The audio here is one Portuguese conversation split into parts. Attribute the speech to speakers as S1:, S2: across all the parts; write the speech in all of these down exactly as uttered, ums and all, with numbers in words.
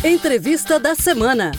S1: Entrevista da semana.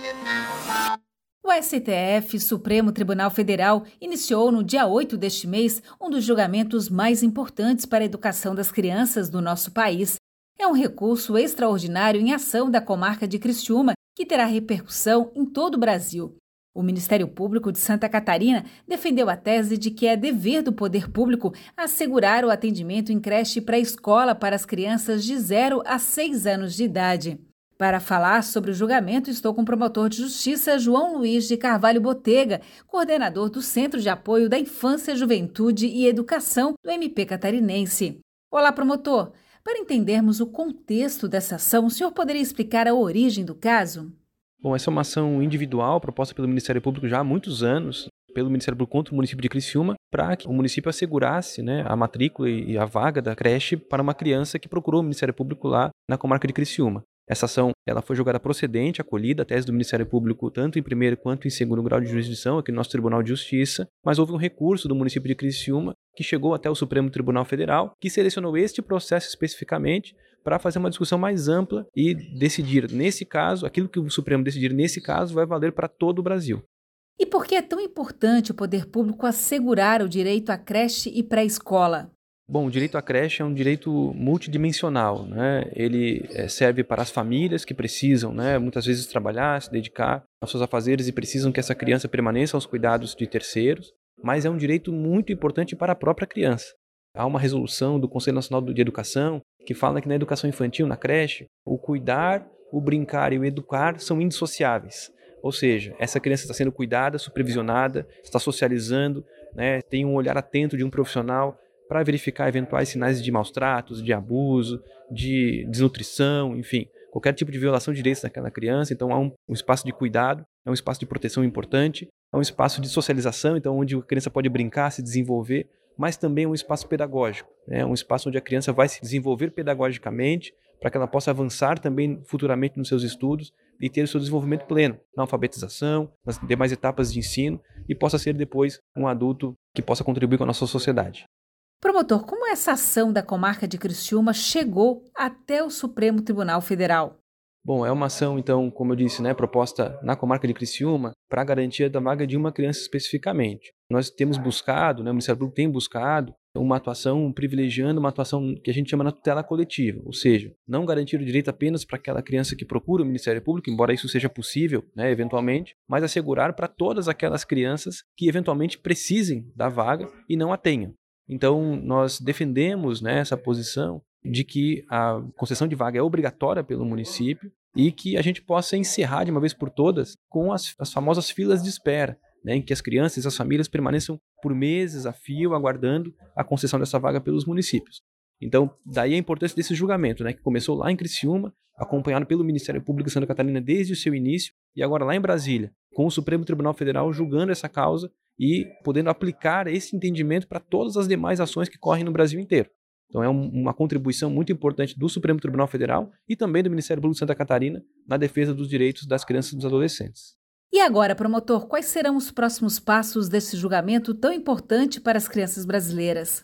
S2: O S T F, Supremo Tribunal Federal, iniciou no dia oito deste mês um dos julgamentos mais importantes para a educação das crianças do nosso país. É um recurso extraordinário em ação da comarca de Criciúma, que terá repercussão em todo o Brasil. O Ministério Público de Santa Catarina defendeu a tese de que é dever do poder público assegurar o atendimento em creche e pré-escola para as crianças de zero a seis anos de idade. Para falar sobre o julgamento, estou com o promotor de justiça João Luiz de Carvalho Botega, coordenador do Centro de Apoio da Infância, Juventude e Educação do M P Catarinense. Olá, promotor. Para entendermos o contexto dessa ação, o senhor poderia explicar a origem do caso?
S3: Bom, essa é uma ação individual proposta pelo Ministério Público já há muitos anos, pelo Ministério Público contra o município de Criciúma, para que o município assegurasse, né, a matrícula e a vaga da creche para uma criança que procurou o Ministério Público lá na comarca de Criciúma. Essa ação ela foi julgada procedente, acolhida, a tese do Ministério Público tanto em primeiro quanto em segundo grau de jurisdição aqui no nosso Tribunal de Justiça, mas houve um recurso do município de Criciúma que chegou até o Supremo Tribunal Federal, que selecionou este processo especificamente para fazer uma discussão mais ampla e decidir, nesse caso, aquilo que o Supremo decidir nesse caso vai valer para todo o Brasil.
S2: E por que é tão importante o poder público assegurar o direito à creche e pré-escola?
S3: Bom, o direito à creche é um direito multidimensional, né? Ele é, serve para as famílias que precisam, né, muitas vezes trabalhar, se dedicar aos seus afazeres e precisam que essa criança permaneça aos cuidados de terceiros, mas é um direito muito importante para a própria criança. Há uma resolução do Conselho Nacional de Educação que fala que na educação infantil, na creche, o cuidar, o brincar e o educar são indissociáveis. Ou seja, essa criança está sendo cuidada, supervisionada, está socializando, né, tem um olhar atento de um profissional para verificar eventuais sinais de maus tratos, de abuso, de desnutrição, enfim, qualquer tipo de violação de direitos daquela criança. Então há um, um espaço de cuidado, é um espaço de proteção importante, é um espaço de socialização, então onde a criança pode brincar, se desenvolver, mas também é um espaço pedagógico, né? Um espaço onde a criança vai se desenvolver pedagogicamente para que ela possa avançar também futuramente nos seus estudos e ter o seu desenvolvimento pleno na alfabetização, nas demais etapas de ensino e possa ser depois um adulto que possa contribuir com a nossa sociedade.
S2: Promotor, como essa ação da comarca de Criciúma chegou até o Supremo Tribunal Federal?
S3: Bom, é uma ação, então, como eu disse, né, proposta na comarca de Criciúma para a garantia da vaga de uma criança especificamente. Nós temos buscado, né, o Ministério Público tem buscado uma atuação privilegiando uma atuação que a gente chama na tutela coletiva, ou seja, não garantir o direito apenas para aquela criança que procura o Ministério Público, embora isso seja possível, né, eventualmente, mas assegurar para todas aquelas crianças que eventualmente precisem da vaga e não a tenham. Então, nós defendemos, né, essa posição de que a concessão de vaga é obrigatória pelo município e que a gente possa encerrar de uma vez por todas com as, as famosas filas de espera, né, em que as crianças e as famílias permaneçam por meses a fio aguardando a concessão dessa vaga pelos municípios. Então, daí a importância desse julgamento, né, que começou lá em Criciúma, acompanhado pelo Ministério Público de Santa Catarina desde o seu início, e agora lá em Brasília, com o Supremo Tribunal Federal julgando essa causa e podendo aplicar esse entendimento para todas as demais ações que correm no Brasil inteiro. Então é um, uma contribuição muito importante do Supremo Tribunal Federal e também do Ministério Público de Santa Catarina na defesa dos direitos das crianças e dos adolescentes.
S2: E agora, promotor, quais serão os próximos passos desse julgamento tão importante para as crianças brasileiras?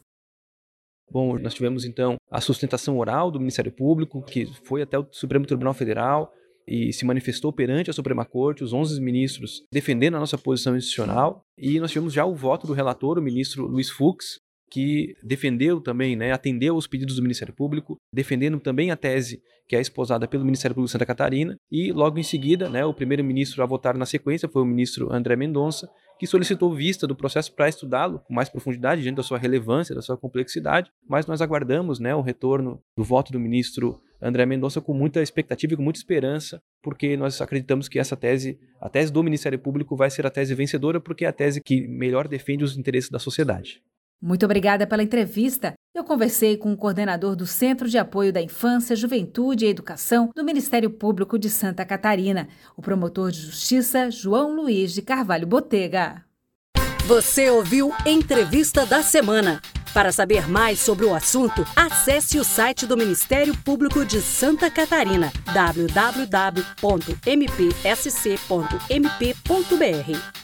S3: Bom, nós tivemos então a sustentação oral do Ministério Público, que foi até o Supremo Tribunal Federal e se manifestou perante a Suprema Corte, os onze ministros defendendo a nossa posição institucional, e nós tivemos já o voto do relator, o ministro Luiz Fux, que defendeu também, né, atendeu aos pedidos do Ministério Público, defendendo também a tese que é esposada pelo Ministério Público de Santa Catarina, e logo em seguida, né, o primeiro ministro a votar na sequência foi o ministro André Mendonça, que solicitou vista do processo para estudá-lo com mais profundidade, diante da sua relevância, da sua complexidade, mas nós aguardamos, né, o retorno do voto do ministro André Mendonça com muita expectativa e com muita esperança, porque nós acreditamos que essa tese, a tese do Ministério Público vai ser a tese vencedora, porque é a tese que melhor defende os interesses da sociedade.
S2: Muito obrigada pela entrevista. Eu conversei com o coordenador do Centro de Apoio da Infância, Juventude e Educação do Ministério Público de Santa Catarina, o promotor de justiça João Luiz de Carvalho Botega.
S1: Você ouviu Entrevista da Semana. Para saber mais sobre o assunto, acesse o site do Ministério Público de Santa Catarina, w w w ponto m p s c ponto m p ponto b r.